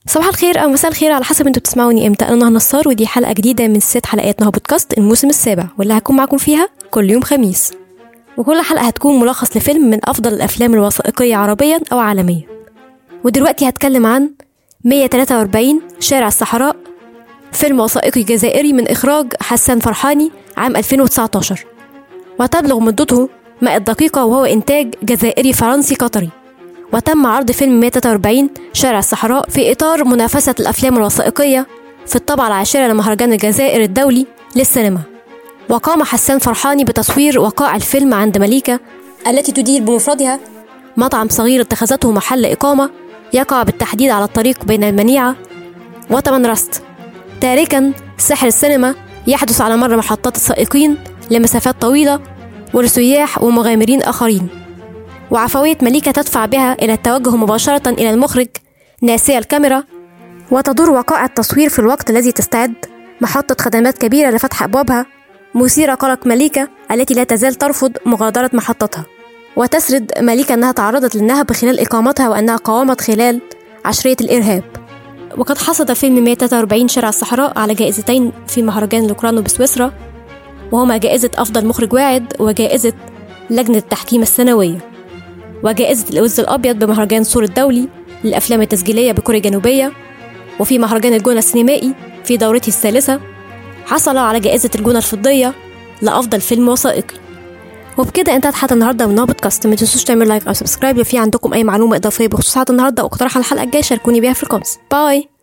صباح الخير او مساء الخير على حسب انتوا بتسمعوني امتى. انا نهى نصار ودي حلقه جديده من 6 حلقات نهى بودكاست الموسم السابع، واللي هكون معاكم فيها كل يوم خميس. وكل حلقه هتكون ملخص لفيلم من افضل الافلام الوثائقيه عربيا او عالميا. ودلوقتي هتكلم عن 143 شارع الصحراء، فيلم وثائقي جزائري من اخراج حسان فرحاني عام 2019، وتبلغ مدته 100 دقيقه، وهو انتاج جزائري فرنسي قطري. وتم عرض فيلم 143 شارع الصحراء في إطار منافسة الأفلام الوثائقية في الطبعة العاشرة لمهرجان الجزائر الدولي للسينما. وقام حسان فرحاني بتصوير وقائع الفيلم عند مليكة، التي تدير بمفردها مطعم صغير اتخذته محل إقامة يقع بالتحديد على الطريق بين المنيعة وتمنرست، تاركا سحر السينما يحدث على مر محطات السائقين لمسافات طويلة ولسياح ومغامرين آخرين. وعفوية مليكة تدفع بها إلى التوجه مباشرة إلى المخرج ناسية الكاميرا، وتدور وقائع التصوير في الوقت الذي تستعد محطة خدمات كبيرة لفتح أبوابها، مثيرة قلق مليكة التي لا تزال ترفض مغادرة محطتها. وتسرد مليكة أنها تعرضت للنهب خلال إقامتها، وأنها قاومت خلال عشرية الإرهاب. وقد حصد فيلم 143 شارع الصحراء على جائزتين في مهرجان لوكرانو بسويسرا، وهما جائزة أفضل مخرج واعد، وجائزة لجنة التحكيم السنوية، وجائزة الأوز الأبيض بمهرجان سور الدولي للأفلام التسجيلية بكوريا الجنوبية. وفي مهرجان الجونة السينمائي في دورته الثالثة حصل على جائزة الجونة الفضية لأفضل فيلم وثائقي. وبكده انتهت حلقة النهارده من بودكاست. ما تنسوش تعملوا لايك أو سبسكرايب لو في عندكم أي معلومة إضافية بخصوص حلقة النهارده، واقتراح على الحلقة الجاية شاركوني بيها في الكومنتس. باي.